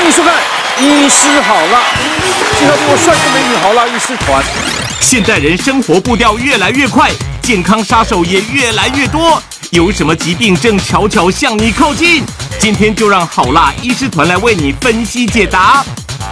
迎收看《医师好辣》，介绍给我帅哥美女好辣医师团。 现代人生活步调越来越快，健康杀手也越来越多。有什么疾病正悄悄向你靠近？今天就让好辣医师团来为你分析解答。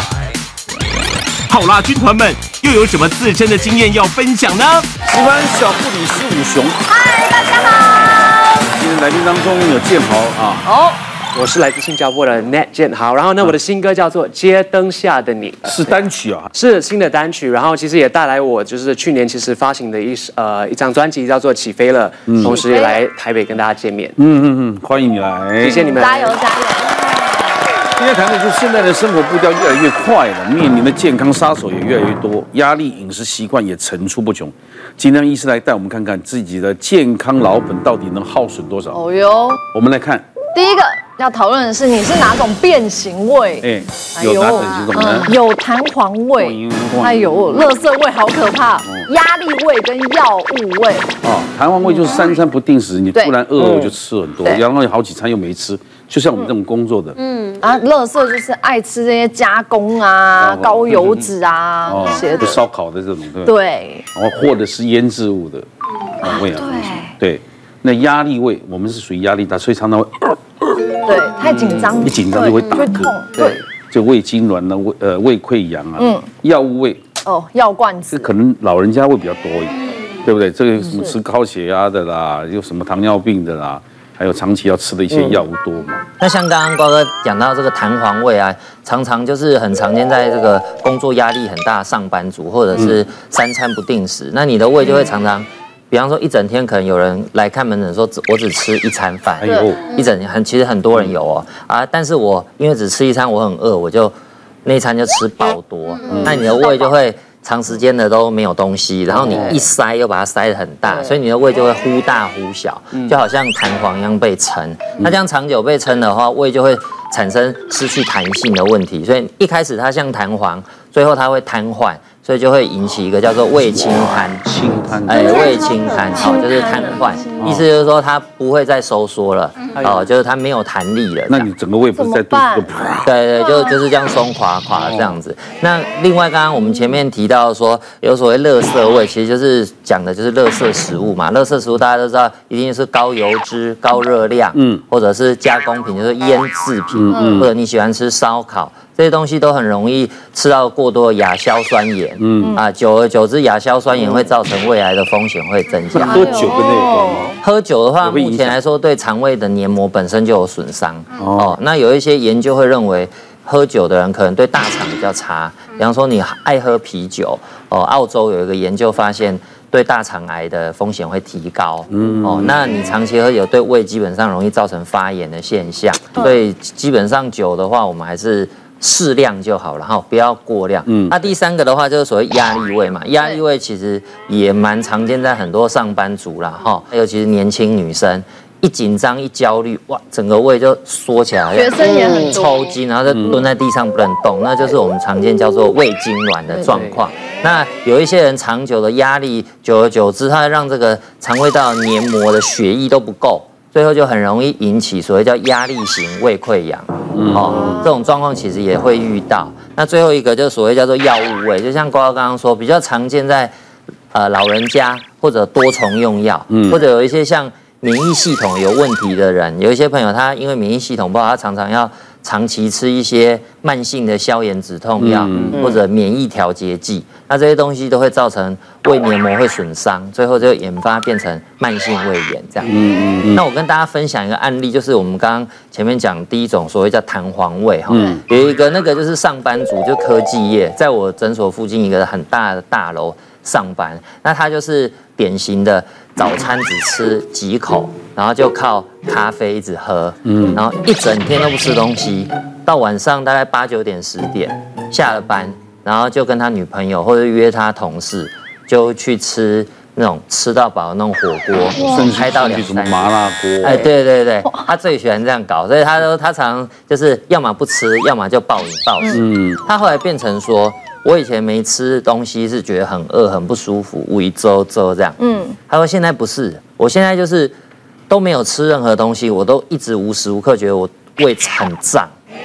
好辣军团们又有什么自身的经验要分享呢？ 值班小护理师武雄， 嗨，大家好。 今天来宾当中有建豪啊。 好，我是来自新加坡的 Nat 建豪，然后呢，我的新歌叫做《街灯下的你》， 是单曲啊， 是新的单曲，然后其实也带来我就是去年其实发行的一张专辑叫做《起飞了》，同时也来台北跟大家见面。 欢迎你来， 谢谢你们， 加油加油！ 今天谈的就是现在的生活步调越来越快了，面临的健康杀手也越来越多，压力、饮食习惯也层出不穷。今天医师来带我们看看自己的健康老本到底能耗损多少。 哦哟， 我们来看， 第一个要讨论的是你是哪种变形味？ 有哪种是什么呢？ 有弹簧味，哎呦，垃圾味好可怕，压力味跟药物味。 弹簧味就是三餐不定时，你突然饿就吃很多，然后有好几餐又没吃。就像我们这种工作的， 垃圾就是爱吃这些加工啊、高油脂啊这些的， 烧烤的这种，对。 对， 然后或者是腌制物的味啊，对。那压力味，我们是属于压力大，所以常常会， 对，太紧张， 一紧张就会打嗝，对，就胃痉挛啊、胃溃疡啊，药物味， 药罐子， 这可能老人家会比较多一点，对不对？这个什么吃高血压的啦，有什么糖尿病的啦。还有长期要吃的一些药物多嘛？ 那像刚刚瓜哥讲到这个弹簧味啊，常常就是很常见在这个工作压力很大上班族，或者是三餐不定时，那你的胃就会常常，比方说一整天可能有人来看门诊说，我只吃一餐饭，一整天其实很多人有但是我因为只吃一餐，我很饿，我就那一餐就吃饱多，那你的胃就会。长时间的都没有东西，然后你一塞又把它塞得很大，所以你的胃就会忽大忽小，就好像弹簧一样被撑。那这样长久被撑的话，胃就会产生失去弹性的问题。所以一开始它像弹簧，最后它会瘫痪，所以就会引起一个叫做胃轻瘫。胃轻瘫，就是瘫痪，意思就是说它不会再收缩了，就是它没有弹力了。 那你整个胃不是在肚子对，就是这样松垮这样子。那另外刚刚我们前面提到说有所谓垃圾味，其实就是讲的就是垃圾食物嘛。垃圾食物大家都知道，一定是高油脂、高热量，或者是加工品，就是腌制品，或者你喜欢吃烧烤。这些东西都很容易吃到过多的亚硝酸盐，久而久之，亚硝酸盐会造成胃癌的风险会增加。 喝酒跟那有关吗？ 喝酒的话，目前来说对肠胃的黏膜本身就有损伤。那有一些研究会认为，喝酒的人可能对大肠比较差。比方说你爱喝啤酒，澳洲有一个研究发现，对大肠癌的风险会提高。那你长期喝酒对胃基本上容易造成发炎的现象。所以基本上酒的话，我们还是适量就好了，不要过量。那第三个的话就是所谓压力胃嘛，压力胃其实也蛮常见在很多上班族啦，尤其是年轻女生，一紧张一焦虑，哇，整个胃就缩起来， 学生也很抽筋，然后就蹲在地上不能动，那就是我们常见叫做胃痉挛的状况。那有一些人长久的压力，久而久之，它让这个肠胃道黏膜的血液都不够。最后就很容易引起所谓叫压力型胃溃疡，这种状况其实也会遇到。那最后一个就是所谓叫做药物味，就像瓜刚刚说，比较常见在老人家或者多重用药，或者有一些像免疫系统有问题的人，有一些朋友他因为免疫系统不好，他常常要长期吃一些慢性的消炎止痛药或者免疫调节剂，那这些东西都会造成胃黏膜会损伤，最后就研发变成慢性胃炎这样。那我跟大家分享一个案例，就是我们刚刚前面讲第一种所谓叫弹簧胃有一个那个就是上班族，就科技业，在我诊所附近一个很大的大楼上班，那他就是典型的早餐只吃几口，然后就靠咖啡一直喝，然后一整天都不吃东西，到晚上大概8、9点、10点下了班，然后就跟他女朋友或者约他同事，就去吃那种吃到饱的那种火锅，开到2、3点麻辣锅。 对，他最喜欢这样搞，所以他常就是要么不吃，要么就暴饮暴食。他后来变成说，我以前没吃东西是觉得很饿很不舒服，胃周这样。他说现在不是，我现在就是都没有吃任何东西，我都一直无时无刻觉得我胃很胀。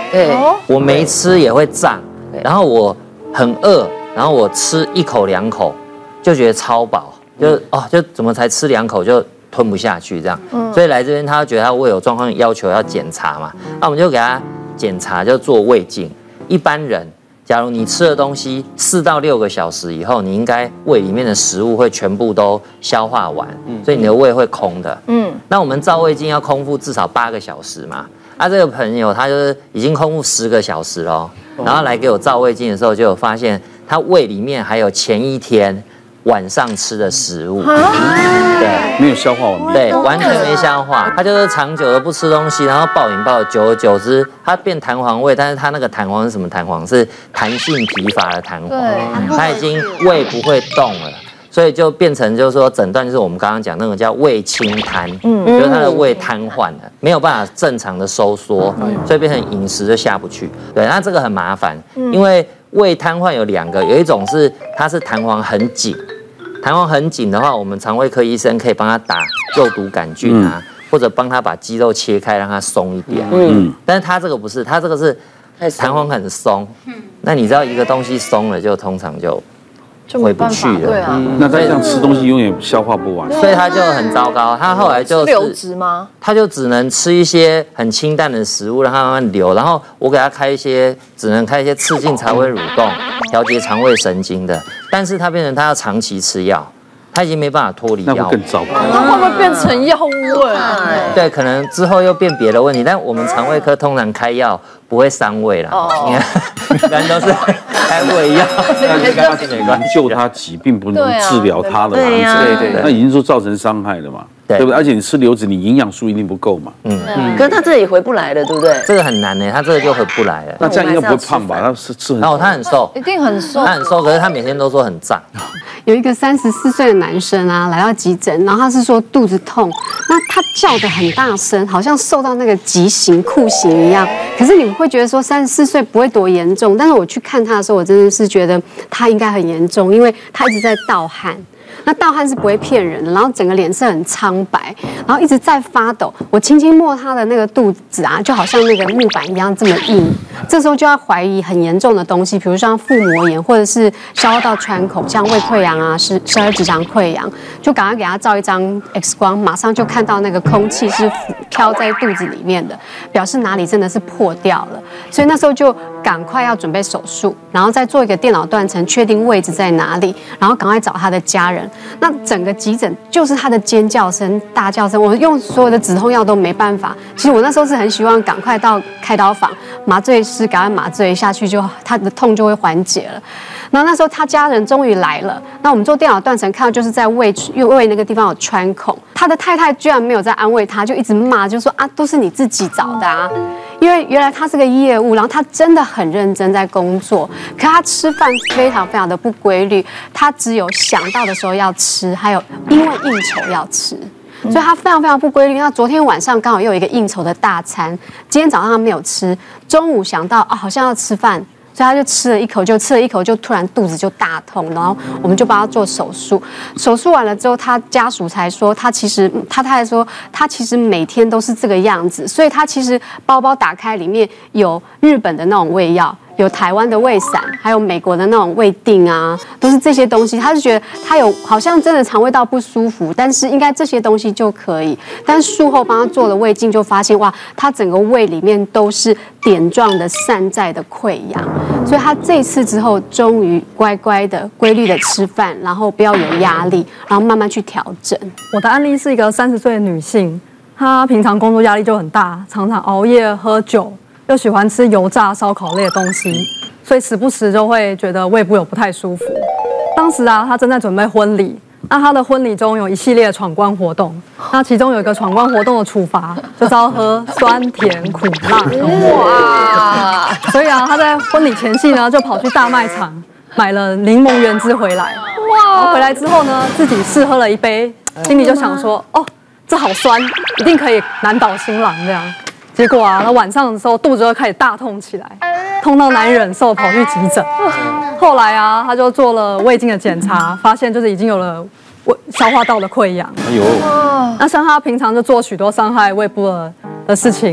对， 我没吃也会胀，然后我很饿，然后我吃1口2口就觉得超饱，就怎么才吃2口就吞不下去这样，所以来这边他觉得他胃有状况，要求要检查嘛，那我们就给他检查，就做胃镜。一般人，假如你吃的东西4到6个小时以后，你应该胃里面的食物会全部都消化完，所以你的胃会空的。那我们照胃镜要空腹至少8个小时嘛。这个朋友他就是已经空腹10个小时了，然后来给我照胃镜的时候，就有发现他胃里面还有前一天晚上吃的食物，对， 没有消化完， 对，完全没消化。他就是长久的不吃东西，然后暴饮暴食，久而久之，他变弹簧胃，但是他那个弹簧是什么弹簧？是弹性疲乏的弹簧，他已经胃不会动了。所以就变成就是说诊断就是我们刚刚讲那种叫胃轻瘫，就是他的胃瘫痪了，没有办法正常的收缩，所以变成饮食就下不去。对，那这个很麻烦，因为胃瘫痪有2个，有一种是它是弹簧很紧，弹簧很紧的话，我们肠胃科医生可以帮他打肉毒杆菌啊，或者帮他把肌肉切开让它松一点。但是他这个不是，他这个是弹簧很松，那你知道一个东西松了，就通常就回不去了， 对啊， 那他这样吃东西永远消化不完， 所以他就很糟糕。他后来就是流质吗？ 他就只能吃一些很清淡的食物，让它慢慢流。然后我给他只能开一些刺激肠胃蠕动、调节肠胃神经的。但是他变成他要长期吃药，他已经没办法脱离药， 那会更糟糕。 那会不会变成药物啊？ 对，可能之后又变别的问题。但我们肠胃科通常开药不会伤胃啦，你看，人都是开胃药， 他只能救他疾病，不能治疗他的对呀， 那已经说造成伤害了嘛，对不对？而且你吃流质，你营养素一定不够嘛。 可是他这里回不来了，对不对？ 这个很难呢，他这个就回不来了。 那这样应该不会胖吧？他是吃很， 然后他很瘦， 一定很瘦， 他很瘦，可是他每天都说很胀。 有一个34岁的男生啊，来到急诊，然后他是说肚子痛，那他叫得很大声，好像受到那个极刑酷刑一样。可是你们会觉得说34岁不会多严重，但是我去看他的时候，我真的是觉得他应该很严重，因为他一直在盗汗。那盗汗是不会骗人的，然后整个脸色很苍白，然后一直在发抖。我轻轻摸他的那个肚子啊，就好像那个木板一样这么硬。这时候就要怀疑很严重的东西，比如像腹膜炎，或者是消化道穿孔，像胃溃疡啊、十二指肠溃疡，就赶快给他照一张 X 光，马上就看到那个空气是飘在肚子里面的，表示哪里真的是破掉了。所以那时候就赶快要准备手术，然后再做一个电脑断层，确定位置在哪里，然后赶快找他的家人。那整个急诊就是他的尖叫声、大叫声，我用所有的止痛药都没办法。其实我那时候是很希望赶快到开刀房，麻醉师赶快麻醉下去，就他的痛就会缓解了。然后那时候他家人终于来了，那我们做电脑断层看到就是在胃那个地方有穿孔，他的太太居然没有在安慰他，就一直骂，就说啊都是你自己找的啊。因为原来他是个业务，然后他真的很认真在工作，可他吃饭非常非常的不规律，他只有想到的时候要吃，还有因为应酬要吃，所以他非常非常不规律。那昨天晚上刚好又有一个应酬的大餐，今天早上他没有吃，中午想到好像要吃饭，所以他就吃了一口，就突然肚子就大痛，然后我们就帮他做手术。手术完了之后，他家属才说，他太太说，他其实每天都是这个样子，所以他其实包包打开里面有日本的那种胃药，有台湾的胃散，还有美国的那种胃定啊，都是这些东西。他就觉得他有好像真的肠胃道不舒服，但是应该这些东西就可以。但是术后帮他做了胃镜，就发现哇，他整个胃里面都是点状的散在的溃疡。所以他这次之后，终于乖乖的、规律的吃饭，然后不要有压力，然后慢慢去调整。 我的案例是一个30岁的女性，她平常工作压力就很大，常常熬夜喝酒，又喜欢吃油炸、烧烤类的东西，所以时不时就会觉得胃部有不太舒服。当时啊，她正在准备婚礼。那他的婚礼中有一系列闯关活动，那其中有一个闯关活动的处罚就是要喝酸甜苦辣。哇！所以啊，他在婚礼前夕呢，就跑去大卖场买了柠檬原汁回来。哇！然后回来之后呢，自己试喝了一杯，心里就想说，哦，这好酸，一定可以难倒新郎这样。结果啊，他晚上的时候肚子就开始大痛起来，痛到难以忍受，跑去急诊。后来啊，他就做了胃镜的检查，发现就是已经有了消化道的溃疡。哎呦！那像他平常就做许多伤害胃部的事情，然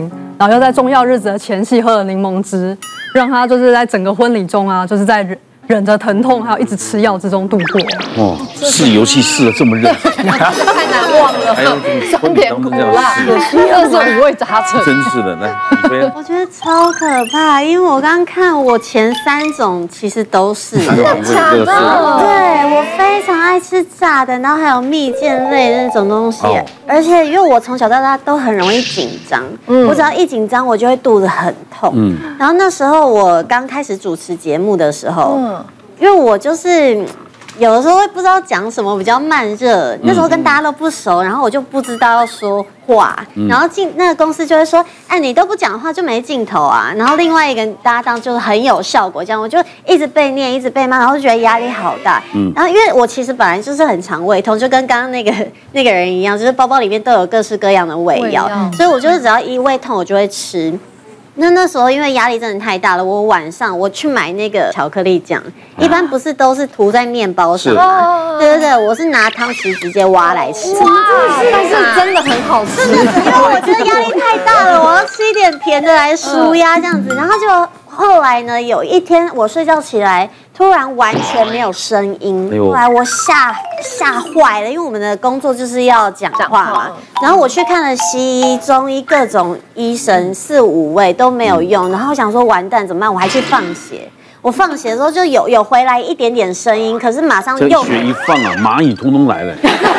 然后又在重要日子的前夕喝了柠檬汁，让他就是在整个婚礼中啊，就是在忍着疼痛，还有一直吃药之中度过。 哦，试游戏试的这么认真， 太难忘了， 还有酸甜苦辣，真是五味杂陈。 真是的，来，李飞， 我觉得超可怕，因为我刚刚看我前3种其实都是。 假的？ 对，我非常爱吃炸的，然后还有蜜饯类的那种东西，而且因为我从小到大都很容易紧张，我只要一紧张我就会肚子很痛。然后那时候我刚开始主持节目的时候，因为我就是有的时候会不知道讲什么，比较慢热，那时候跟大家都不熟，然后我就不知道要说话，然后那个公司就会说，哎，你都不讲话就没镜头啊。然后另外一个搭档就很有效果，这样我就一直被念，一直被骂，然后就觉得压力好大。然后因为我其实本来就是很常胃痛，就跟刚刚那个人一样，就是包包里面都有各式各样的胃药，所以我就是只要一胃痛我就会吃。那时候因为压力真的太大了，我晚上我去买那个巧克力酱，一般不是都是涂在面包上吗？对对对，我是拿汤匙直接挖来吃。哇， 但是真的很好吃。 真的，因为我觉得压力太大了，我要吃一点甜的来舒压这样子。然后就后来呢，有一天我睡觉起来，突然完全没有声音，后来我吓坏了，因为我们的工作就是要讲话嘛。然后我去看了西医、中医各种医生4、5位都没有用，然后我想说完蛋怎么办？我还去放血。我放血的时候就有回来一点点声音，可是马上又血一放啊，蚂蚁通通来了。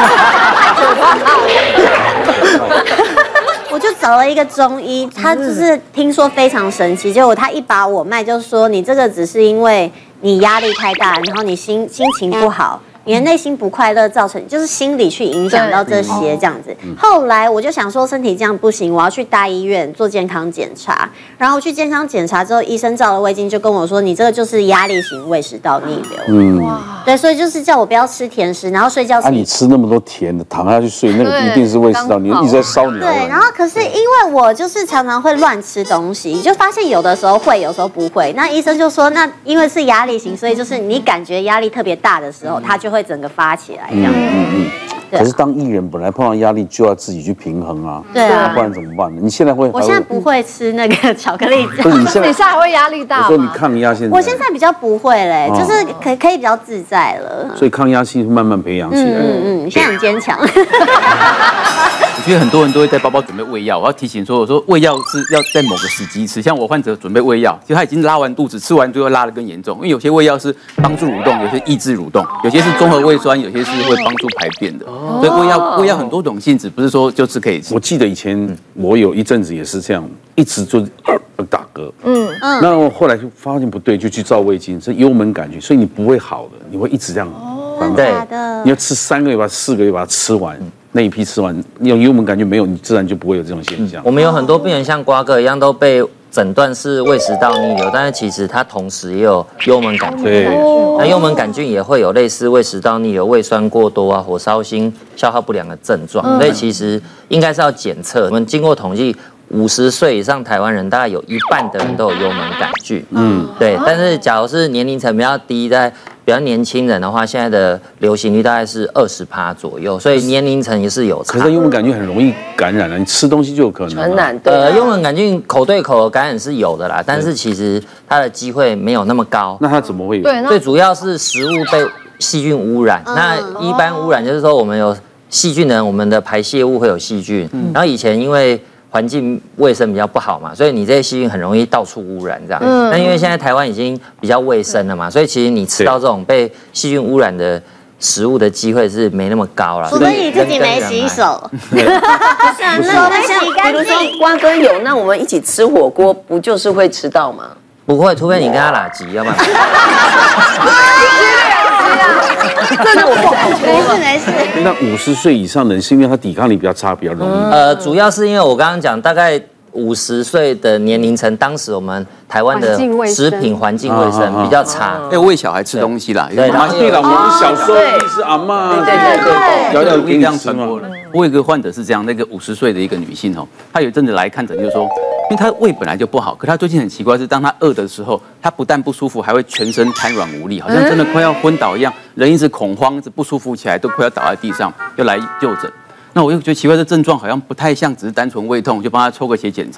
我就找了一个中医，他就是听说非常神奇，结果他一把我脉就说你这个只是因为你压力太大，然后你心情不好。你的内心不快乐造成，就是心理去影响到这些这样子。后来我就想说身体这样不行，我要去大医院做健康检查。然后去健康检查之后，医生照了胃镜就跟我说，你这个就是压力型胃食道逆流。对，所以就是叫我不要吃甜食，然后睡觉前。 你吃那么多甜的，躺下去睡，那个一定是胃食道，你一直在烧你。 对，然后可是因为我就是常常会乱吃东西，就发现有的时候会，有时候不会。那医生就说，那因为是压力型，所以就是你感觉压力特别大的时候，它就会整个发起来这样。 可是当艺人本来碰到压力就要自己去平衡啊， 对啊， 不然怎么办呢？你现在会？ 我现在不会吃那个巧克力酱。 不是你现在还会压力大吗？ 我说你抗压现在。 我现在比较不会嘞，就是可以比较自在了。 所以抗压性慢慢培养起来。 现在很坚强。 我觉得很多人都会在包包准备胃药，我要提醒说，我说胃药是要在某个时机吃。像我患者准备胃药，就他已经拉完肚子，吃完最后拉得更严重，因为有些胃药是帮助蠕动，有些抑制蠕动，有些是综合胃酸，有些是会帮助排便的。所以胃药很多种性质，不是说就是可以吃。 我记得以前我有一阵子也是这样，一直就打嗝。那我后来就发现不对，就去照胃镜，是幽门杆菌，所以你不会好的，你会一直这样。 对， 你要吃3个月吧，4个月把它吃完。那一批吃完，用幽门杆菌没有，你自然就不会有这种现象。 我们有很多病人像瓜哥一样都被诊断是胃食道逆流，但是其实他同时也有幽门杆菌。 对， 那幽门杆菌也会有类似胃食道逆流、胃酸过多啊、火烧心、消化不良的症状，所以其实应该是要检测。我们经过统计，50岁以上台湾人大概有1半的人都有幽门杆菌。对。但是假如是年龄层比较低，在比较年轻人的话，现在的流行率大概是20%左右，所以年龄层也是有差。 可是幽门杆菌很容易感染了，你吃东西就有可能传染。 幽门杆菌口对口的感染是有的啦，但是其实它的机会没有那么高。 那它怎么会有？ 对， 最主要是食物被细菌污染。那一般污染就是说我们有细菌的，我们的排泄物会有细菌。然后以前因为环境卫生比较不好嘛，所以你这些细菌很容易到处污染这样。那因为现在台湾已经比较卫生了嘛，所以其实你吃到这种被细菌污染的食物的机会是没那么高了。 除非你自己没洗手。 不是啊，那像比如说瓜哥有，那我们一起吃火锅，不就是会吃到吗？ 不会，除非你跟他拉鸡，要不然。 真的不好说。 没事。 那50岁以上的人是因为他抵抗力比较差，比较容易。 主要是因为我刚刚讲，大概50岁的年龄层，当时我们台湾的食品环境卫生比较差， 要喂小孩吃东西啦。 对啦， 对了，我们小时候一定是阿嬷， 对，要给这样传播了。我有一个患者是这样，那个50岁的一个女性哦，她有一阵子来看诊，就是说，因为她胃本来就不好，可她最近很奇怪，是当她饿的时候，她不但不舒服，还会全身瘫软无力，好像真的快要昏倒一样，人一直恐慌，一直不舒服起来，都快要倒在地上，要来就诊。那我又觉得奇怪，这症状好像不太像只是单纯胃痛，就帮她抽个血检查，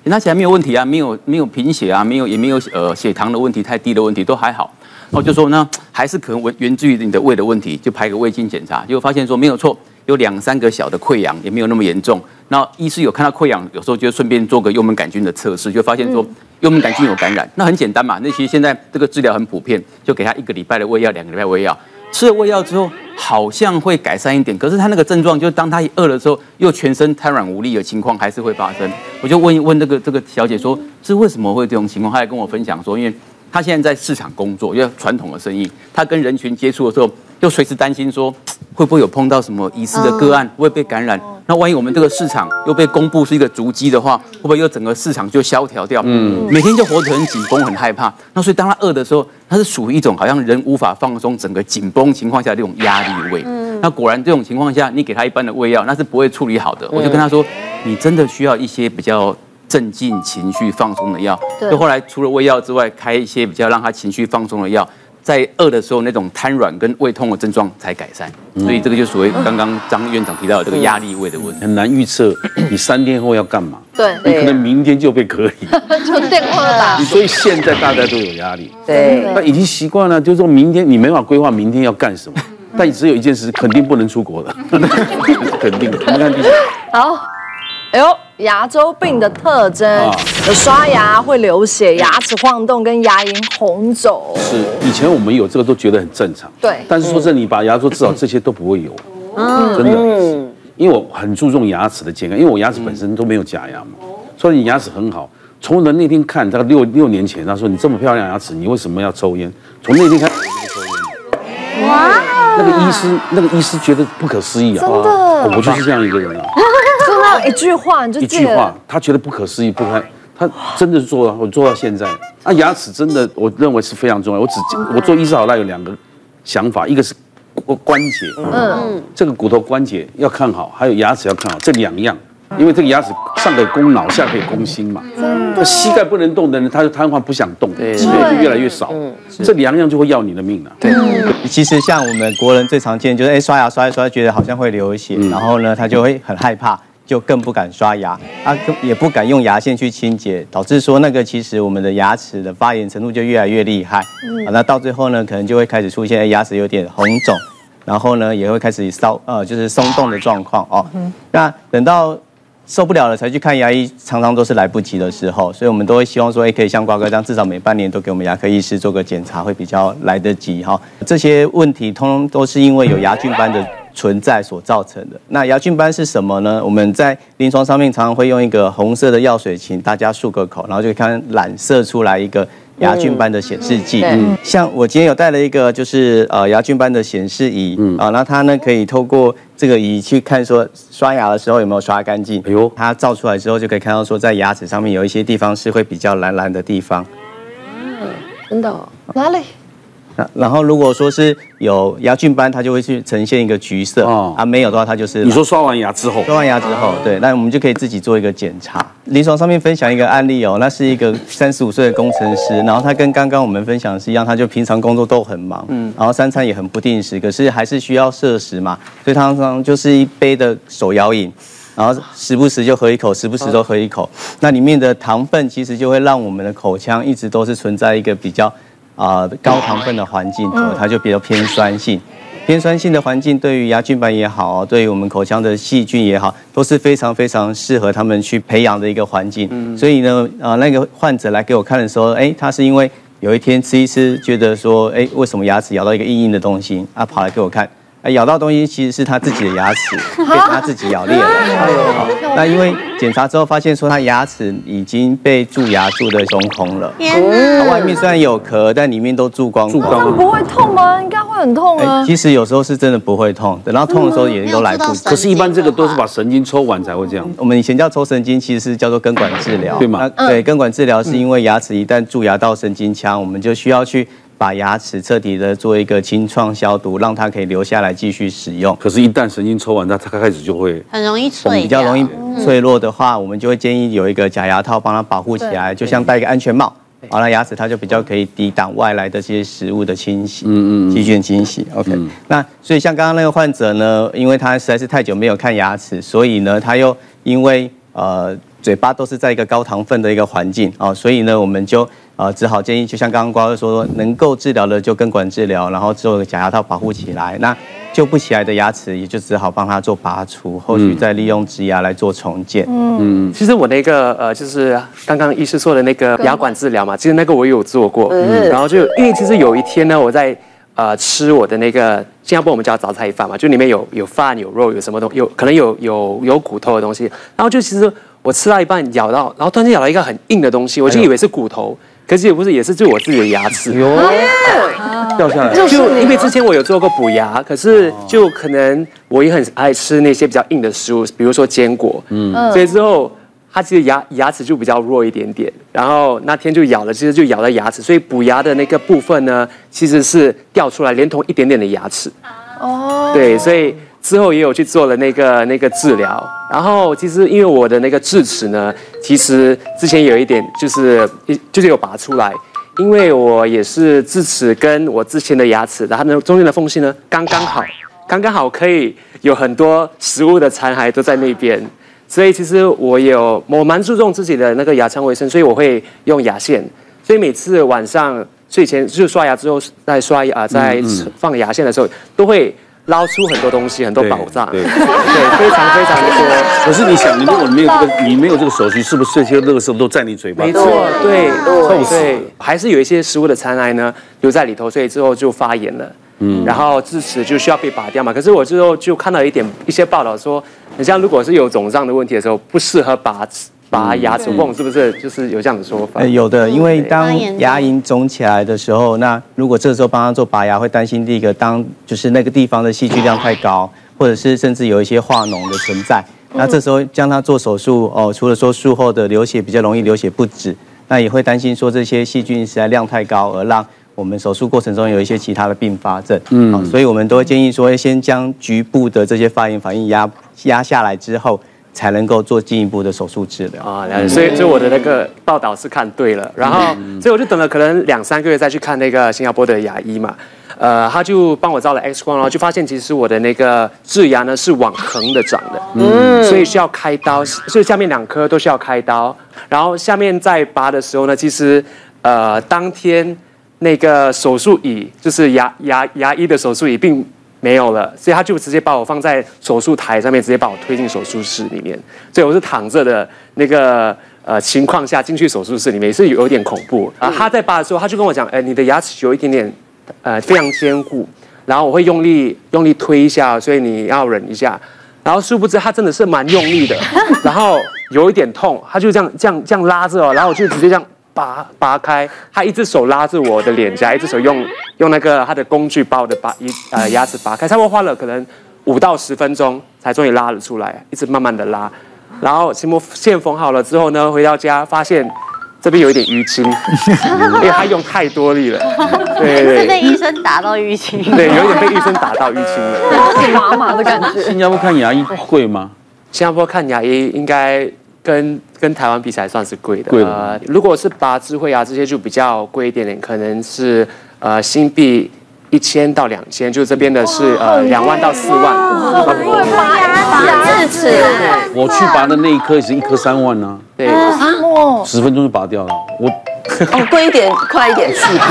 检查起来没有问题啊，没有贫血啊，也没有血糖的问题太低的问题，都还好。然后就说呢，还是可能源自于你的胃的问题，就拍个胃镜检查，结果发现说没有错，有2、3个小的溃疡，也没有那么严重。那医师有看到溃疡，有时候就顺便做个幽门杆菌的测试，就发现说幽门杆菌有感染。那很简单嘛，那其实现在这个治疗很普遍，就给他1个礼拜的胃药，2个礼拜胃药。吃了胃药之后，好像会改善一点，可是他那个症状，就是当他饿的时候，又全身瘫软无力的情况还是会发生。我就问这个小姐说，是为什么会这种情况？她还跟我分享说，因为她现在在市场工作，因为传统的生意，她跟人群接触的时候，就随时担心说，会不会有碰到什么疑似的个案，会不会被感染？那万一我们这个市场又被公布是一个足迹的话，会不会又整个市场就萧条掉？每天就活得很紧绷，很害怕。那所以当他饿的时候，他是属于一种好像人无法放松，整个紧绷情况下这种压力胃。那果然这种情况下，你给他一般的胃药，那是不会处理好的。我就跟他说，你真的需要一些比较镇静情绪放松的药。就后来除了胃药之外，开一些比较让他情绪放松的药。在饿的时候，那种瘫软跟胃痛的症状才改善，所以这个就所谓刚刚张院长提到的这个压力胃的问题。 很难预测你3天后要干嘛， 对， 你可能明天就被隔离， 就电话打。 所以现在大家都有压力， 对， 那已经习惯了，就是说明天你没法规划明天要干什么，但只有一件事肯定不能出国的，肯定。我们看第4。 好。哎呦，牙周病的特征有刷牙会流血、牙齿晃动跟牙龈红肿。 是，以前我们有这个都觉得很正常。 对， 但是说真的，你把牙做，至少这些都不会有。真的。因为我很注重牙齿的健康，因为我牙齿本身都没有假牙嘛，所以你牙齿很好。从我那天看，大概6年前，他说你这么漂亮牙齿，你为什么要抽烟？从那天开始我就抽烟。哇！那个医师觉得不可思议啊！ 真的， 我就是这样一个人啊。 就那样一句话，你就一句话，他觉得不可思议，他真的做到，我做到现在。啊，牙齿真的，我认为是非常重要。我做医师好赖有2个想法，一个是关节，这个骨头关节要看好，还有牙齿要看好，这2样。因为这个牙齿上可以攻脑，下可以攻心嘛。那膝盖不能动的人，他就瘫痪，不想动，机会就越来越少。这2样就会要你的命了。 对，其实像我们国人最常见就是刷牙刷一刷，觉得好像会流血，然后呢他就会很害怕。就更不敢刷牙，也不敢用牙线去清洁，导致说那个其实我们的牙齿的发炎程度就越来越厉害。那到最后呢，可能就会开始出现牙齿有点红肿，然后呢也会开始就是松动的状况哦。那等到受不了了才去看牙医，常常都是来不及的时候，所以我们都会希望说，可以像瓜哥这样，至少每半年都给我们牙科医师做个检查，会比较来得及哈。这些问题通通都是因为有牙菌斑的存在所造成的。那牙菌斑是什么呢？我们在临床上面常常会用一个红色的药水，请大家漱个口，然后就看染色出来一个牙菌斑的显示剂。像我今天有带了一个就是牙菌斑的显示仪那它呢可以透过这个仪去看说刷牙的时候有没有刷干净。它照出来之后就可以看到说在牙齿上面有一些地方是会比较蓝蓝的地方。 真的哦？哪里？ 然后如果说是有牙菌斑，它就会去呈现一个橘色没有的话，它就是你说刷完牙之后， 对，那我们就可以自己做一个检查。临床上面分享一个案例那是一个35岁的工程师，然后他跟刚刚我们分享的是一样，他就平常工作都很忙，然后3餐也很不定时，可是还是需要摄食嘛，所以常常就是一杯的手摇饮。然后时不时就喝一口，时不时都喝一口，那里面的糖分其实就会让我们的口腔一直都是存在一个比较高糖分的环境，它就比较偏酸性。偏酸性的环境对于牙菌斑也好，对于我们口腔的细菌也好，都是非常非常适合他们去培养的一个环境。所以呢，那个患者来给我看的时候，他是因为有一天吃一吃，觉得说，为什么牙齿咬到一个硬硬的东西，跑来给我看。咬到东西其实是他自己的牙齿被他自己咬裂了。那因为检查之后发现说他牙齿已经被蛀牙蛀得中空了。天哪！外面虽然有壳，但里面都蛀光光。 不会痛吗？应该会很痛啊。 其实有时候是真的不会痛，等到痛的时候也都来不及。 可是，一般这个都是把神经抽完才会这样。 我们以前叫抽神经，其实是叫做根管治疗， 对吗？ 对，根管治疗是因为牙齿一旦蛀牙到神经腔，我们就需要去把牙齿彻底的做一个清创消毒，让它可以留下来继续使用。 可是，一旦神经抽完，它开始就会很容易脆， 比较容易脆弱的话，我们就会建议有一个假牙套帮它保护起来，就像戴一个安全帽。好了，牙齿它就比较可以抵挡外来的这些食物的侵袭，细菌侵袭。OK，那所以像刚刚那个患者呢，因为他实在是太久没有看牙齿，所以呢，他又因为嘴巴都是在一个高糖分的一个环境啊，所以呢，我们就只好建议，就像刚刚瓜哥说，能够治疗的就根管治疗，然后做假牙套保护起来。那救不起来的牙齿，也就只好帮他做拔除，后续再利用植牙来做重建。 其实我那个就是刚刚医师说的那个牙管治疗嘛，其实那个我有做过，然后就因为其实有一天呢，我在吃我的那个新加坡我们叫早菜饭嘛，就里面有饭有肉有什么东西，可能有骨头的东西，然后就其实我吃到一半咬到，然后突然间咬到一个很硬的东西，我就以为是骨头。可是也不是，也是就我自己的牙齿掉下来。 就因为之前我有做过补牙，可是就可能我也很爱吃那些比较硬的食物，比如说坚果，所以之后它其实牙齿就比较弱一点点。然后那天就咬了，其实就咬到牙齿，所以补牙的那个部分呢，其实是掉出来，连同一点点的牙齿。对，所以之后也有去做了那个治疗。然后其实因为我的那个智齿呢，其实之前有一点就是有拔出来，因为我也是智齿跟我之前的牙齿，它的中间的缝隙呢刚刚好可以有很多食物的残骸都在那边，所以其实我蛮注重自己的那个牙腔卫生，所以我会用牙线，所以每次晚上睡前就刷牙之后在刷牙在放牙线的时候都会捞出很多东西，很多宝藏，对，非常非常的多。 可是你想，如果你没有这个手续，是不是这些垃圾都在你嘴巴？ 没错，对，还是有一些食物的残骸呢留在里头，所以之后就发炎了。然后智齿就需要被拔掉嘛。可是我之后就看到一些报道说，你像如果是有肿胀的问题的时候，不适合拔牙齿缝，是不是？就是有这样的说法？ 有的，因为当牙龈肿起来的时候，那如果这时候帮他做拔牙，会担心第一个，就是那个地方的细菌量太高，或者是甚至有一些化脓的存在。那这时候将他做手术除了说术后的流血比较容易流血不止，那也会担心说这些细菌实在量太高，而让我们手术过程中有一些其他的并发症。所以我们都会建议说，先将局部的这些发炎反应压下来之后，才能够做进一步的手术治疗啊。所以我的那个报道是看对了，然后所以我就等了可能2-3个月再去看那个新加坡的牙医嘛，他就帮我照了 X 光，然后就发现其实我的那个智牙呢是往横的长的，所以需要开刀，所以下面2颗都需要开刀，然后下面在拔的时候呢，其实当天那个手术椅就是牙医的手术椅并没有了，所以他就直接把我放在手术台上面，直接把我推进手术室里面。所以我是躺着的那个情况下进去手术室里面，也是有点恐怖。他在拔的时候，他就跟我讲，你的牙齿有一点点非常坚固，然后我会用力推一下，所以你要忍一下。然后殊不知他真的是蛮用力的，然后有一点痛，他就这样拉着然后我就直接这样拔开，他一只手拉着我的脸颊，一只手用那个他的工具把我的牙齿拔开，差不多花了可能5到10分钟才终于拉了出来，一直慢慢的拉，然后线缝好了之后呢，回到家发现这边有一点淤青，因为他用太多力了，对， 是被医生打到淤青， 对，有一点被医生打到淤青了， 是麻麻的感觉。 新加坡看牙医贵吗？ 新加坡看牙医应该跟台湾比起来算是贵的，如果是拔智慧牙这些就比较贵一点点，可能是新币1000到2000，就这边的是2万到4万。 拔智齿， 我去拔的那一颗是1颗3万啊， 对 ，10分钟就拔掉了。 贵一点，快一点，速度。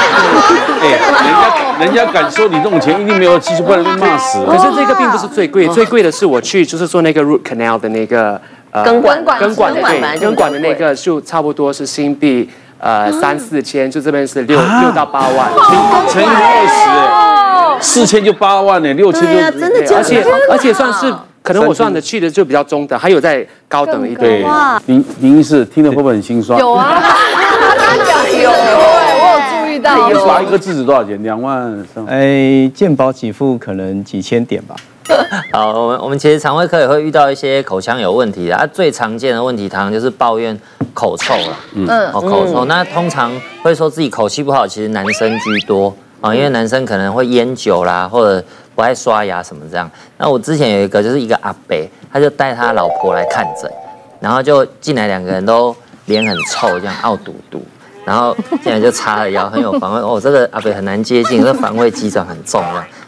人家敢收你这种钱，一定没有技术，不然被骂死了。 可是这个并不是最贵，最贵的是我去就是做那个 root canal 的那个根管的那个就差不多是新币3-4千，就这边是6到8万， 乘以20，4000就8万呢，6000就真的， 而且算是可能我算的去的就比较中等，还有在高等一点。 林医师听了会不会很心酸？ 有啊，有，我有注意到。 你拔一颗智齿多少钱？2万3。 健保给付可能几千点吧。 好，我们其实肠胃科也会遇到一些口腔有问题的，最常见的问题，常常就是抱怨口臭了。口臭，那通常会说自己口气不好，其实男生居多因为男生可能会烟酒啦，或者不爱刷牙什么这样。那我之前有一个就是一个阿伯，他就带他老婆来看诊，然后就进来2个人都脸很臭，这样傲嘟嘟。然后进来就叉了腰，很有防卫。这个阿伯很难接近，这防卫机转很重了。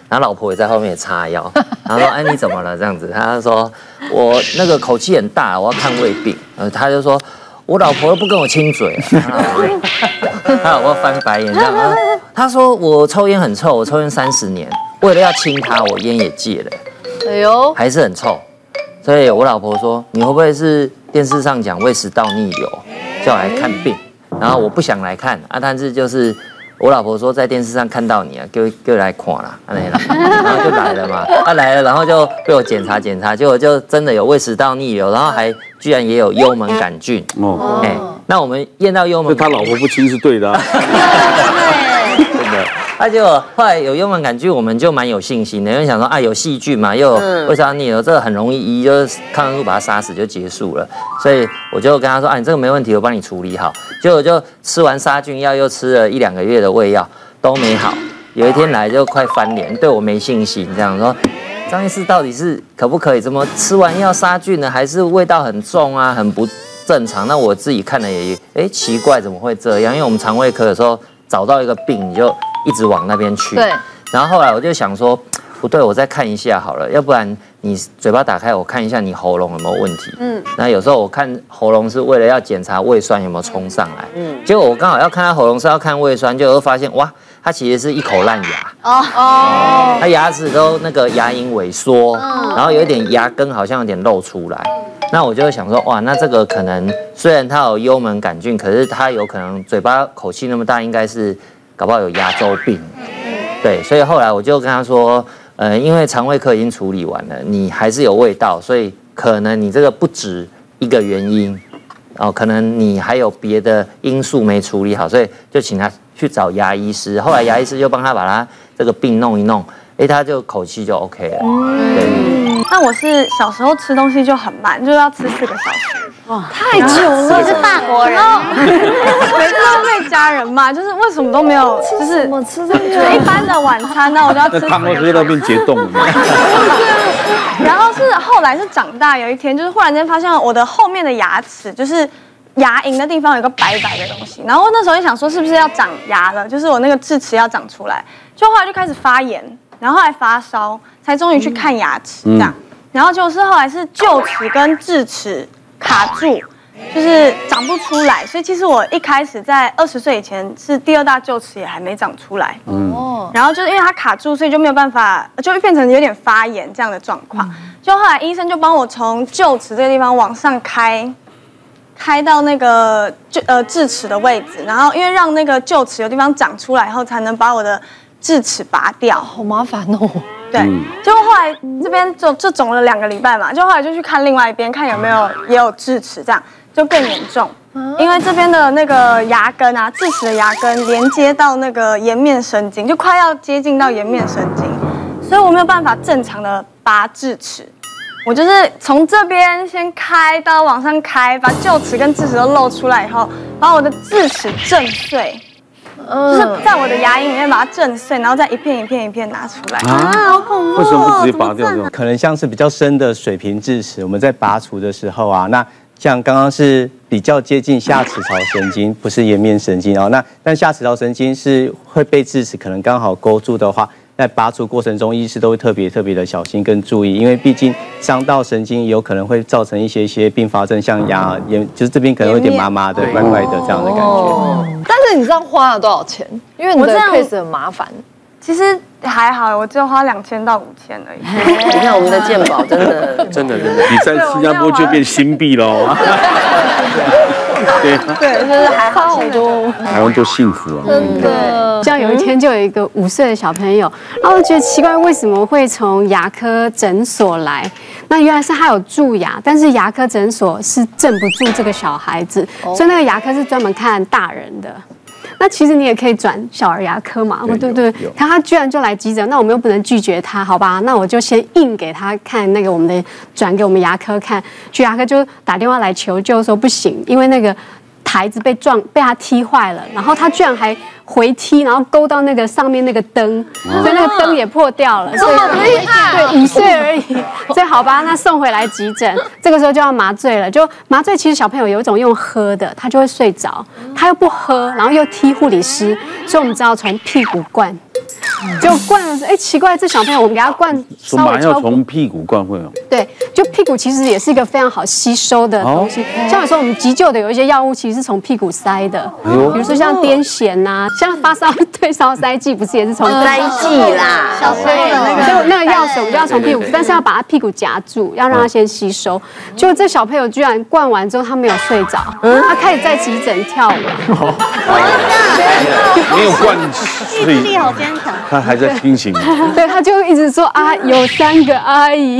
然后老婆也在后面也叉腰，然后说：“哎，你怎么了？”这样子，他说：“我那个口气很大，我要看胃病。”他就说：“我老婆都不跟我亲嘴。”他老婆翻白眼这样。他说：“我抽烟很臭，我抽烟30年，为了要亲他，我烟也戒了。哎呦，还是很臭。所以我老婆说：你会不会是电视上讲胃食道逆流，叫我来看病？然后我不想来看啊，但是就是。”我老婆说在电视上看到你啊，给我来看啦，然后就来了嘛，来了，然后就被我检查，结果就真的有胃食道逆流，然后还居然也有幽门杆菌。那我们验到幽门， 他老婆不亲是对的。 真的。那就后来有幽门杆菌，我们就蛮有信心的，因为想说啊有细菌嘛，又有胃食道逆流，这个很容易医，就是抗生素把它杀死就结束了。所以我就跟他说啊，你这个没问题，我帮你处理好。结果就吃完杀菌药，又吃了1-2个月的胃药都没好。有一天来就快翻脸，对我没信心，这样说张医师到底是可不可以？怎么吃完药杀菌呢？还是味道很重啊，很不正常？那我自己看了也奇怪，怎么会这样？因为我们肠胃科有时候找到一个病，你就一直往那边去。对。然后后来我就想说，不对，我再看一下好了，要不然你嘴巴打开，我看一下你喉咙有没有问题。那有时候我看喉咙是为了要检查胃酸有没有冲上来。结果我刚好要看他喉咙是要看胃酸，就发现哇，他其实是一口烂牙。他牙齿都那个牙龈萎缩，然后有一点牙根好像有点露出来。那我就想说，哇，那这个可能虽然他有幽门杆菌，可是他有可能嘴巴口气那么大，应该是搞不好有牙周病。对，所以后来我就跟他说，因为肠胃科已经处理完了，你还是有味道，所以可能你这个不止一个原因，可能你还有别的因素没处理好，所以就请他去找牙医师。后来牙医师就帮他把他这个病弄一弄，他就口气就 OK 了。 那我是小时候吃东西就很慢，就是要吃4个小时。 哇，太久了！ 你是法国人， 每次都被家人骂，就是为什么都没有，就是怎么吃这么久？ 一般的晚餐呢，我就要吃。 汤喝到变解冻了。 然后是后来是长大，有一天就是忽然间发现我的后面的牙齿，就是牙龈的地方有个白白的东西，然后那时候就想说是不是要长牙了，就是我那个智齿要长出来，就后来就开始发炎，然后后来发烧，才终于去看牙齿这样，然后就是后来是臼齿跟智齿卡住，就是长不出来，所以其实我一开始在20岁以前是第2大臼齿也还没长出来，然后就是因为它卡住，所以就没有办法，就会变成有点发炎这样的状况，就后来医生就帮我从臼齿这个地方往上开到那个智齿的位置，然后因为让那个臼齿有地方长出来以后，才能把我的智齿拔掉， 好麻烦哦。 对，结果后来这边就肿了2个礼拜嘛，就后来就去看另外一边，看有没有也有智齿，这样就更严重，因为这边的那个牙根啊，智齿的牙根连接到那个颜面神经，就快要接近到颜面神经，所以我没有办法正常的拔智齿。我就是从这边先开到往上开，把臼齿跟智齿都露出来以后，把我的智齿震碎。就是在我的牙龈里面把它震碎，然后再一片一片一片拿出来好恐怖！ 为什么不直接拔掉？ 可能像是比较深的水平智齿，我们在拔除的时候啊，那像刚刚是比较接近下齿槽神经，不是颜面神经哦。但下齿槽神经是会被智齿可能刚好勾住的话，在拔除过程中，医师都会特别的小心跟注意，因为毕竟伤到神经有可能会造成一些并发症，像就是这边可能有点麻麻的、怪怪的这样的感觉。 但是你知道花了多少钱？因为你的 case 很麻烦。 其实还好，我只有花2000到5000而已。 你看我们的健保真的， 你在新加坡就变新币喽。 对，就是还好很多。 台湾多幸福啊！ 真的。像有一天就有一个5岁的小朋友，然后我觉得奇怪，为什么会从牙科诊所来？那原来是他有蛀牙，但是牙科诊所是镇不住这个小孩子，所以那个牙科是专门看大人的。那其实你也可以转小儿牙科嘛，对不对？看他居然就来急诊，那我们又不能拒绝他，好吧？那我就先硬给他看那个我们的转给我们牙科看，去牙科就打电话来求救说不行，因为那个台子被他踢坏了，然后他居然还回踢，然后勾到那个上面那个灯，所以那个灯也破掉了。 这么厉害！ 对，5岁而已，所以好吧，那送回来急诊，这个时候就要麻醉了。就麻醉，其实小朋友有一种用喝的，他就会睡着，他又不喝，然后又踢护理师，所以我们只好从屁股灌。 就灌了，奇怪，这小朋友我们给他灌说麻药从屁股灌会哦。 对，就屁股其实也是一个非常好吸收的东西。像有时候我们急救的有一些药物其实是从屁股塞的，比如说像癫痫呐，像发烧退烧塞剂，不是也是从塞剂啦， 小时候的那个，那个药水我们就要从屁股，但是要把他屁股夹住，要让他先吸收。就这小朋友居然灌完之后他没有睡着，他开始在急诊跳舞。 没有灌意志力好坚强。 他还在清醒。 对，他就一直说啊，有3个阿姨。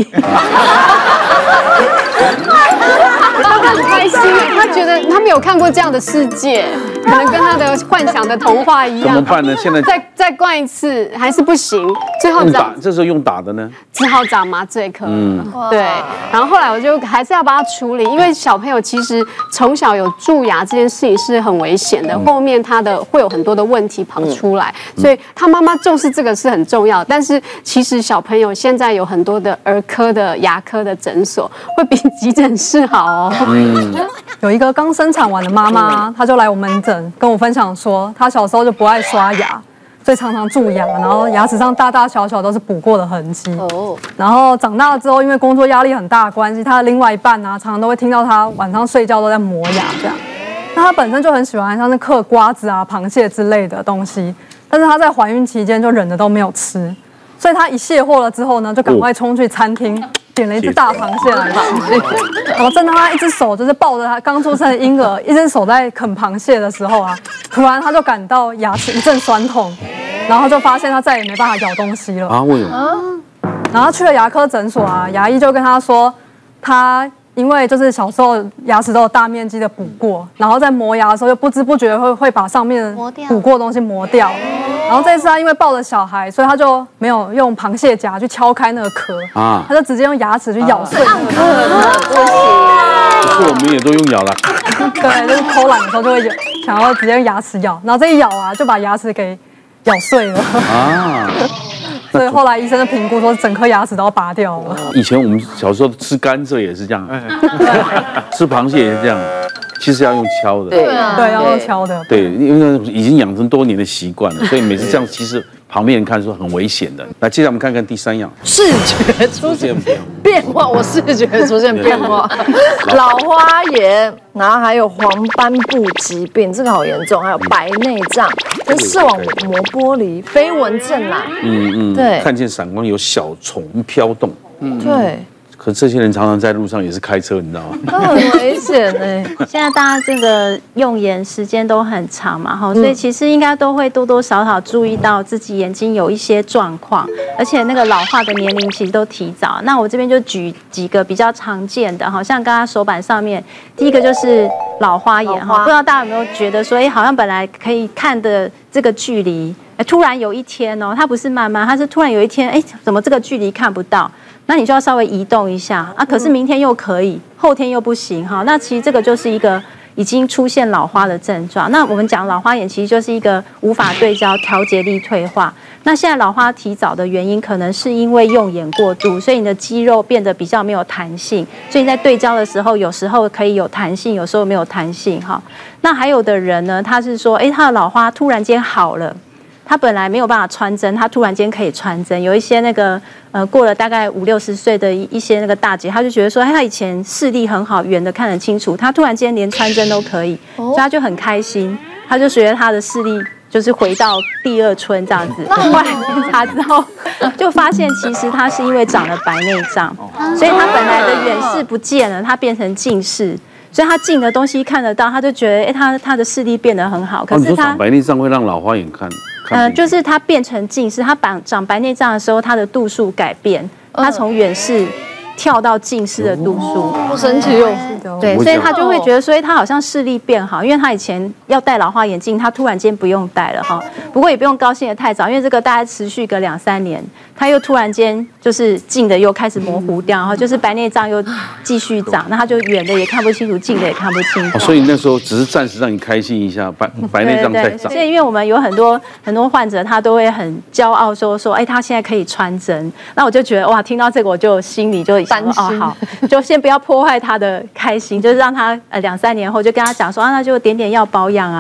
他很开心，他觉得他没有看过这样的世界，可能跟他的幻想的童话一样。 怎么办呢？现在再灌一次还是不行，最后这时候用打的呢？ 只好打麻醉科。对。然后后来我就还是要帮他处理，因为小朋友其实从小有蛀牙这件事情是很危险的，后面他的会有很多的问题跑出来，所以他妈妈重视这个是很重要。但是其实小朋友现在有很多的儿科的牙科的诊所会比急诊室好哦。 有一个刚生产完的妈妈，她就来我门诊跟我分享说，她小时候就不爱刷牙，所以常常蛀牙，然后牙齿上大大小小都是补过的痕迹。然后长大了之后，因为工作压力很大的关系，她的另外一半啊，常常都会听到她晚上睡觉都在磨牙这样。那她本身就很喜欢像是嗑瓜子啊、螃蟹之类的东西，但是她在怀孕期间就忍着都没有吃，所以她一卸货了之后呢，就赶快冲去餐厅。点了一只大螃蟹来吃，然后正当他一只手就是抱着他刚出生的婴儿，一只手在啃螃蟹的时候啊，突然他就感到牙齿一阵酸痛，然后就发现他再也没办法咬东西了。 为什么？ 然后去了牙科诊所啊，牙医就跟他说，他因为就是小时候牙齿都有大面积的补过，然后在磨牙的时候又不知不觉会把上面补过的东西磨掉。然后这次他因为抱着小孩，所以他就没有用螃蟹夹去敲开那个壳，他就直接用牙齿去咬碎。 不是，我们也都用咬了。 对，就是偷懒的时候就会想要直接用牙齿咬，然后这一咬啊，就把牙齿给咬碎了。所以后来医生就评估说，整颗牙齿都要拔掉了。 以前我们小时候吃甘蔗也是这样，吃螃蟹也是这样。其实要用敲的， 对，要用敲的， 对，因为已经养成多年的习惯了，所以每次这样，其实旁边人看说很危险的。来，接下来我们看看第3样， 视觉出现变化，我视觉出现变化，老花眼，然后还有黄斑部疾病，这个好严重，还有白内障跟视网膜剥离、飞蚊症啦，对， 看见闪光有小虫飘动， 对。 可这些人常常在路上也是开车，你知道吗？ 他很危险哎。 现在大家这个用眼时间都很长嘛，哈，所以其实应该都会多多少少注意到自己眼睛有一些状况，而且那个老化的年龄其实都提早。那我这边就举几个比较常见的，好像刚刚手板上面，第一个就是老花眼哈，不知道大家有没有觉得说，好像本来可以看的这个距离，突然有一天哦，它不是慢慢，它是突然有一天，怎么这个距离看不到？那你就要稍微移动一下啊，可是明天又可以，后天又不行哈。那其实这个就是一个已经出现老花的症状。那我们讲老花眼其实就是一个无法对焦、调节力退化。那现在老花提早的原因，可能是因为用眼过度，所以你的肌肉变得比较没有弹性，所以你在对焦的时候，有时候可以有弹性，有时候没有弹性哈。那还有的人呢，他是说，他的老花突然间好了。他本来没有办法穿针，他突然间可以穿针。有一些那个过了大概50-60岁的一些那个大姐，她就觉得说，他以前视力很好，远的看得清楚，他突然间连穿针都可以，所以他就很开心，他就觉得他的视力就是回到第2春这样子。后来检查之后，就发现其实他是因为长了白内障，所以他本来的远视不见了，他变成近视。所以他近的东西看得到，他就觉得，他的视力变得很好。可是他长白内障会让老花眼看， 就是他变成近视，他长白内障的时候，他的度数改变，他从远视跳到近视的度数， 好神奇哦。 对，所以他就会觉得，所以他好像视力变好，因为他以前要戴老花眼镜，他突然间不用戴了哈。不过也不用高兴的太早，因为这个大概持续个2-3年，他又突然间就是近的又开始模糊掉，然后就是白内障又继续长，那他就远的也看不清楚，近的也看不清楚。 所以那时候只是暂时让你开心一下，白内障再长。 所以因为我们有很多患者，他都会很骄傲说，他现在可以穿针，那我就觉得哇，听到这个我就心里就担心，好，就先不要破坏他的开心，就是让他2-3年后就跟他讲说那就点药保养啊。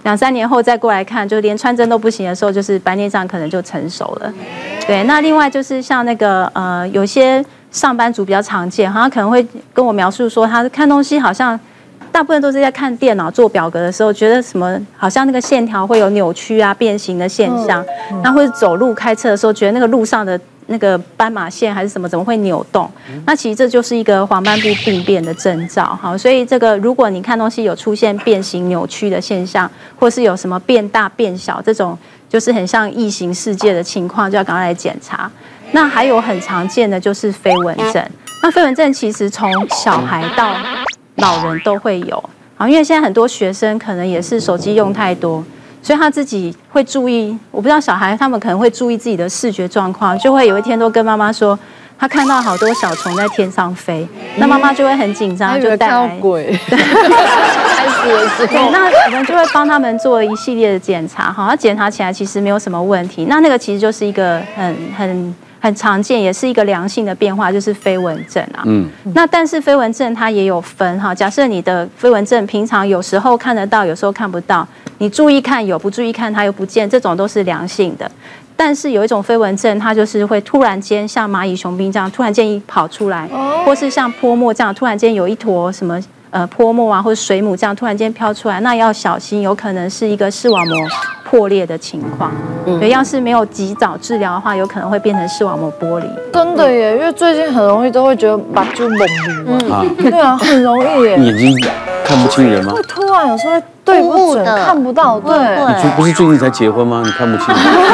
2、3年后再过来看，就连穿针都不行的时候，就是白内障可能就成熟了。对，那另外就是像那个有些上班族比较常见，好像可能会跟我描述说，他看东西好像大部分都是在看电脑做表格的时候，觉得什么好像那个线条会有扭曲啊、变形的现象，那或者走路开车的时候，觉得那个路上的那个斑马线还是什么怎么会扭动？那其实这就是一个黄斑部病变的征兆。好，所以这个如果你看东西有出现变形、扭曲的现象，或是有什么变大、变小这种，就是很像异形世界的情况，就要赶快来检查。那还有很常见的就是飞蚊症。那飞蚊症其实从小孩到老人都会有。好，因为现在很多学生可能也是手机用太多。所以他自己会注意，我不知道小孩他们可能会注意自己的视觉状况，就会有一天都跟妈妈说，他看到好多小虫在天上飞，那妈妈就会很紧张，就带来鬼，开始的时候，那我们就会帮他们做一系列的检查，好，那检查起来其实没有什么问题，那个其实就是一个很常见，也是一个良性的变化，就是飞蚊症啊。那但是飞蚊症它也有分哈，假设你的飞蚊症平常有时候看得到，有时候看不到，你注意看有，不注意看它又不见，这种都是良性的。但是有一种飞蚊症，它就是会突然间像蚂蚁雄兵这样，突然间一跑出来，或是像泼墨这样，突然间有一坨什么泼墨啊，或者水母这样突然间飘出来，那要小心，有可能是一个视网膜破裂的情况。对，要是没有及早治疗的话，有可能会变成视网膜剥离。 真的耶，因为最近很容易都会觉得把就蒙迷嘛。对啊，很容易耶。 眼睛看不清人吗？ 会突然有时候会对不准，看不到。对， 你不是最近才结婚吗？你看不清。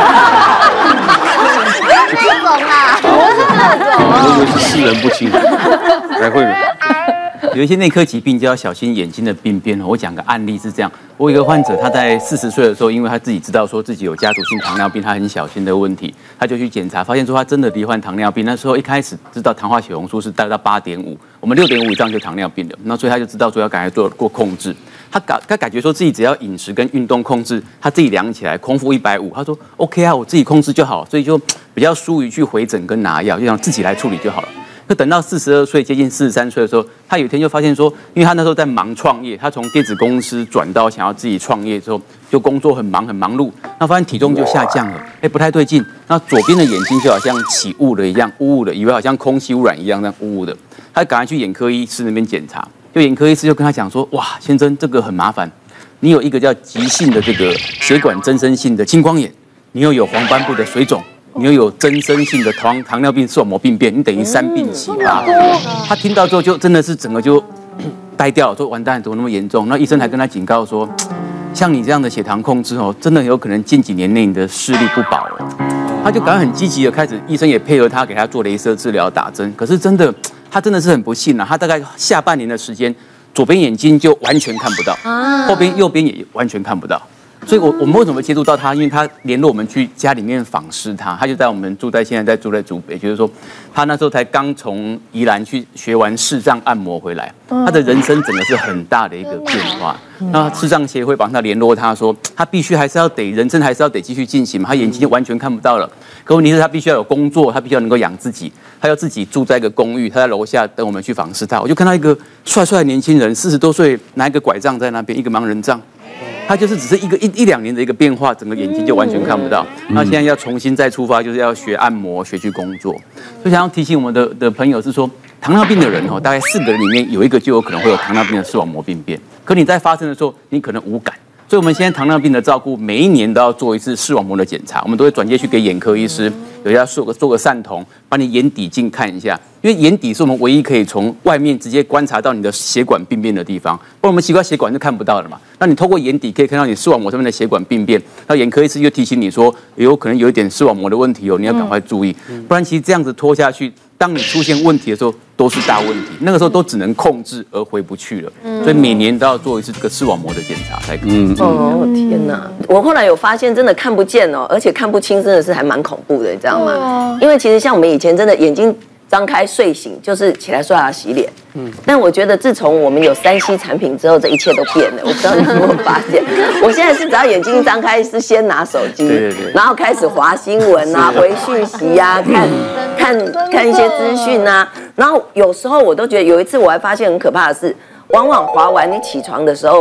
那种啊， 我是那种啊， 我以为是视人不清。来，慧美。 有一些内科疾病就要小心眼睛的病变。我讲个案例是这样，我有一个患者，他在40岁的时候，因为他自己知道说自己有家族性糖尿病，他很小心的问题，他就去检查，发现说他真的罹患糖尿病。那时候一开始知道糖化血红素是大概到8.5，我们6.5以上就糖尿病了。那所以他就知道说要赶快做控制。他感觉说自己只要饮食跟运动控制，他自己量起来空腹150，他说 OK 啊，我自己控制就好，所以就比较疏于去回诊跟拿药，就想自己来处理就好了。就等到42岁接近43岁的时候，他有一天就发现说，因为他那时候在忙创业，他从电子公司转到想要自己创业之后，就工作很忙碌，那发现体重就下降了，不太对劲。那左边的眼睛就好像起雾了一样，雾雾的，以为好像空气污染一样，那样雾雾的。他赶快去眼科医师那边检查，就眼科医师就跟他讲说，哇，先生，这个很麻烦，你有一个叫急性的这个血管增生性的青光眼，你又有黄斑部的水肿。你又有增生性的糖尿病视网膜病变，你等于3病齐发。他听到之后就真的是整个就呆掉了，说完蛋，怎么那么严重？那医生还跟他警告说，像你这样的血糖控制哦，真的有可能近几年内你的视力不保哦。他就赶快很积极的开始，医生也配合他给他做雷射治疗、打针。可是真的，他真的是很不幸啊，他大概下半年的时间，左边眼睛就完全看不到，后边右边也完全看不到。所以我们为什么会接触到他？因为他联络我们去家里面访视他，他就在我们现在住在竹北，就是说他那时候才刚从宜兰去学完视障按摩回来，他的人生整个是很大的一个变化。那视障协会帮他联络他说，他必须人生还是要得继续进行嘛，他眼睛就完全看不到了。可问题是他必须要有工作，他必须要能够养自己，他要自己住在一个公寓，他在楼下等我们去访视他。我就看到一个帅帅的年轻人，40多岁，拿一个拐杖在那边，一个盲人杖。他就是只是一两年的一个变化，整个眼睛就完全看不到。那现在要重新再出发，就是要学按摩，学去工作。所以想要提醒我们的朋友是说，糖尿病的人大概4个人里面有1个就有可能会有糖尿病的视网膜病变。可你在发生的时候，你可能无感。所以我们现在糖尿病的照顾，每一年都要做一次视网膜的检查，我们都会转介去给眼科医师，有要做个散瞳，把你眼底镜看一下，因为眼底是我们唯一可以从外面直接观察到你的血管病变的地方，不然我们习惯血管就看不到了嘛。那你透过眼底可以看到你视网膜上面的血管病变，那眼科医师就提醒你说，有可能有一点视网膜的问题哦，你要赶快注意，不然其实这样子拖下去，当你出现问题的时候，都是大问题，那个时候都只能控制而回不去了。所以每年都要做一次这个视网膜的检查才可以。 哦，天哪！我后来有发现，真的看不见哦，而且看不清，真的是还蛮恐怖的，你知道吗？因为其实像我们以前真的眼睛张开睡醒就是起来刷牙洗脸，但我觉得自从我们有3C 产品之后，这一切都变了。我不知道你有没有发现，我现在是只要眼睛张开，是先拿手机，然后开始滑新闻啊、回讯息啊、看一些资讯啊，然后有时候我都觉得，有一次我还发现很可怕的是，往往滑完你起床的时候哦，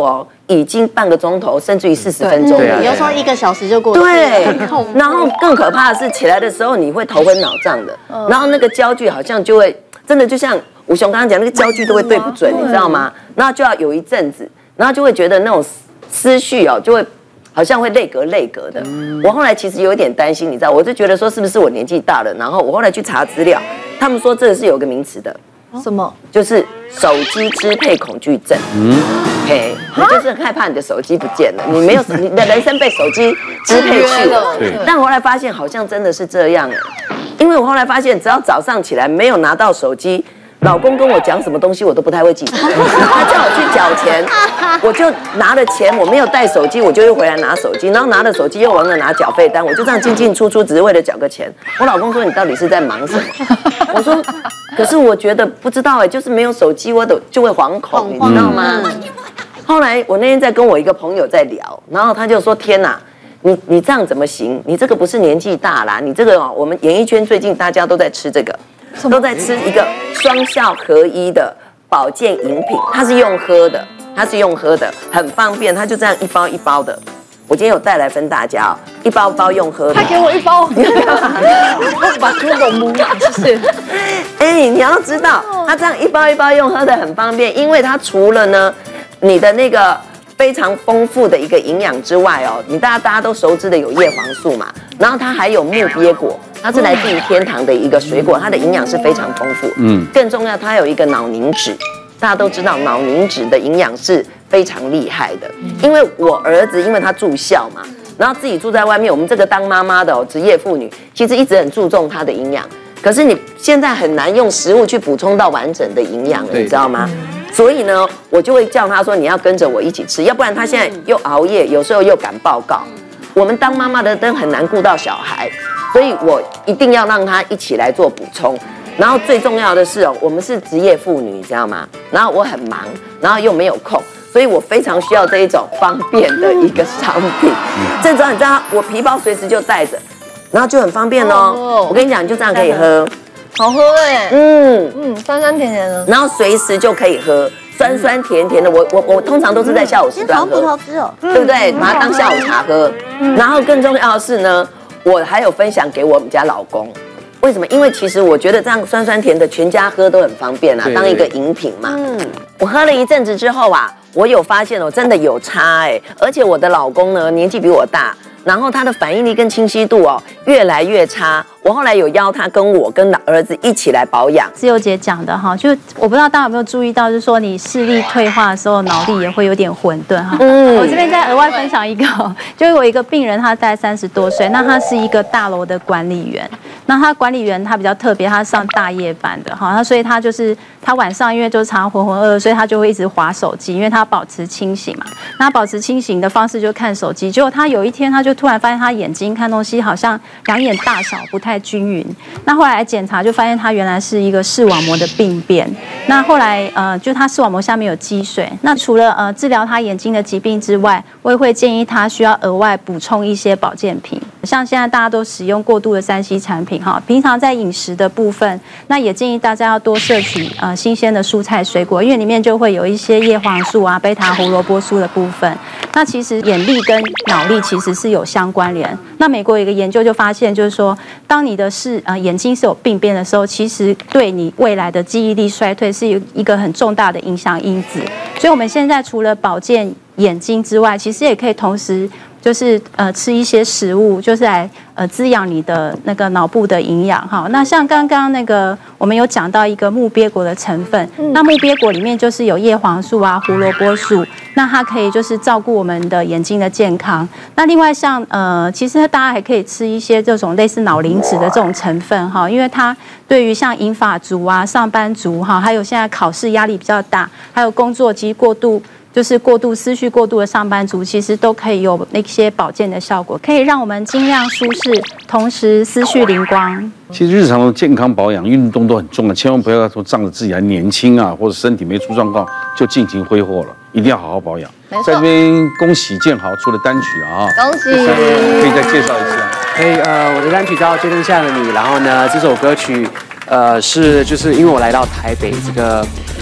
已经半个钟头，甚至于40分钟。 有时候1个小时就过去了。 对，然后更可怕的是起来的时候你会头昏脑胀的，然后那个焦距好像就会真的就像武雄刚刚讲，那个焦距都会对不准，你知道吗？然后就要有一阵子，然后就会觉得那种思绪哦，就会好像会累格的。我后来其实有一点担心，你知道，我就觉得说是不是我年纪大了？然后我后来去查资料，他们说这是有个名词的。 什么？ 就是手机支配恐惧症。嘿，你就是很害怕你的手机不见了，你的人生被手机支配去了。但我后来发现好像真的是这样，因为我后来发现，只要早上起来没有拿到手机，老公跟我讲什么东西我都不太会记得。他叫我去缴钱，我就拿了钱，我没有带手机，我就又回来拿手机，然后拿了手机又忘了拿缴费单，我就这样进进出出，只是为了缴个钱。我老公说你到底是在忙什么？我说，可是我觉得不知道就是没有手机我就会惶恐，你知道吗？后来我那天在跟我一个朋友在聊，然后他就说天哪，你这样怎么行？你这个不是年纪大啦，你这个我们演艺圈最近大家都在吃这个。都在吃一个双效合一的保健饮品，它是用喝的，很方便，它就这样一包一包的。我今天有带来分大家一包包用喝的。 他给我1包，我把猪狗摸，谢谢。 你要知道，它这样一包一包用喝的很方便，因为它除了呢，你的那个非常丰富的一个营养之外大家都熟知的有叶黄素嘛，然后它还有木鳖果。它是来自于天堂的一个水果，它的营养是非常丰富。更重要，它有一个脑凝脂，大家都知道脑凝脂的营养是非常厉害的。因为我儿子因为他住校嘛，然后自己住在外面，我们这个当妈妈的职业妇女，其实一直很注重他的营养。可是你现在很难用食物去补充到完整的营养了，你知道吗？所以呢，我就会叫他说你要跟着我一起吃，要不然他现在又熬夜，有时候又赶报告。我们当妈妈的都很难顾到小孩。所以我一定要让他一起来做补充，然后最重要的是我们是职业妇女，你知道吗？然后我很忙，然后又没有空，所以我非常需要这一种方便的一个商品。这种你知道，我皮包随时就带着，然后就很方便哦。我跟你讲，你就这样可以喝， 好喝哎，酸酸甜甜的， 然后随时就可以喝。酸酸甜甜的，我通常都是在下午时段喝，对不对？把它当下午茶喝。然后更重要的是呢，我还有分享给我们家老公，为什么？因为其实我觉得这样酸酸甜的全家喝都很方便当一个饮品嘛。我喝了一阵子之后我有发现真的有差而且我的老公呢年纪比我大，然后他的反应力跟清晰度越来越差。我后来有邀他跟我跟儿子一起来保养。 自由姐讲的就我不知道大家有没有注意到，就是说你视力退化的时候，脑力也会有点混沌我这边再额外分享一个，就是我一个病人，他大概30多岁，那他是一个大楼的管理员。那他管理员他比较特别，他上大夜班的那所以他就是他晚上因为就常常浑浑噩噩，所以他就会一直滑手机，因为他保持清醒嘛。那他保持清醒的方式就看手机，结果他有一天他就突然发现他眼睛看东西好像两眼大小不太均匀。那后来检查就发现他原来是一个视网膜的病变。那后来就他视网膜下面有积水。那除了治疗他眼睛的疾病之外，我也会建议他需要额外补充一些保健品。像现在大家都使用过度的3C 产品平常在饮食的部分，那也建议大家要多摄取新鲜的蔬菜水果，因为里面就会有一些叶黄素贝塔胡萝卜素的部分。那其实眼力跟脑力其实是有相关联。那美国有一个研究就发现，就是说当你的眼睛是有病变的时候，其实对你未来的记忆力衰退是有一个很重大的影响因子。所以我们现在除了保健眼睛之外，其实也可以同时就是吃一些食物，就是来滋养你的那个脑部的营养那像刚刚那个我们有讲到一个木鳖果的成分，那木鳖果里面就是有叶黄素胡萝卜素，那它可以就是照顾我们的眼睛的健康。那另外像其实大家还可以吃一些这种类似脑磷脂的这种成分因为它对于像银发族上班族还有现在考试压力比较大，还有工作及思绪过度的上班族，其实都可以有那些保健的效果，可以让我们尽量舒适，同时思绪灵光。 其实日常的健康保养、运动都很重要，千万不要说仗着自己还年轻或者身体没出状况就尽情挥霍了，一定要好好保养。在这边恭喜建豪出了单曲恭喜！ 可以再介绍一次我的单曲叫《街灯下的你》，然后呢，这首歌曲就是因为我来到台北这个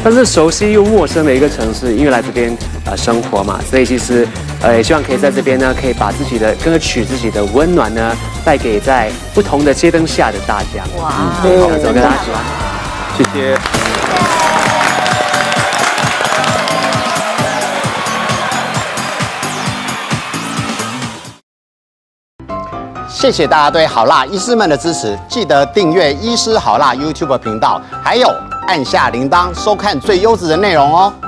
但是熟悉又陌生的一个城市，因为来这边生活嘛，所以其实也希望可以在这边呢，可以把自己的歌曲、自己的温暖呢，带给在不同的街灯下的大家。哇，好，这首歌大家喜欢， 谢谢。 谢谢大家对好辣医师们的支持，记得订阅医师好辣 YouTube 频道，还有按下铃铛收看最优质的内容哦。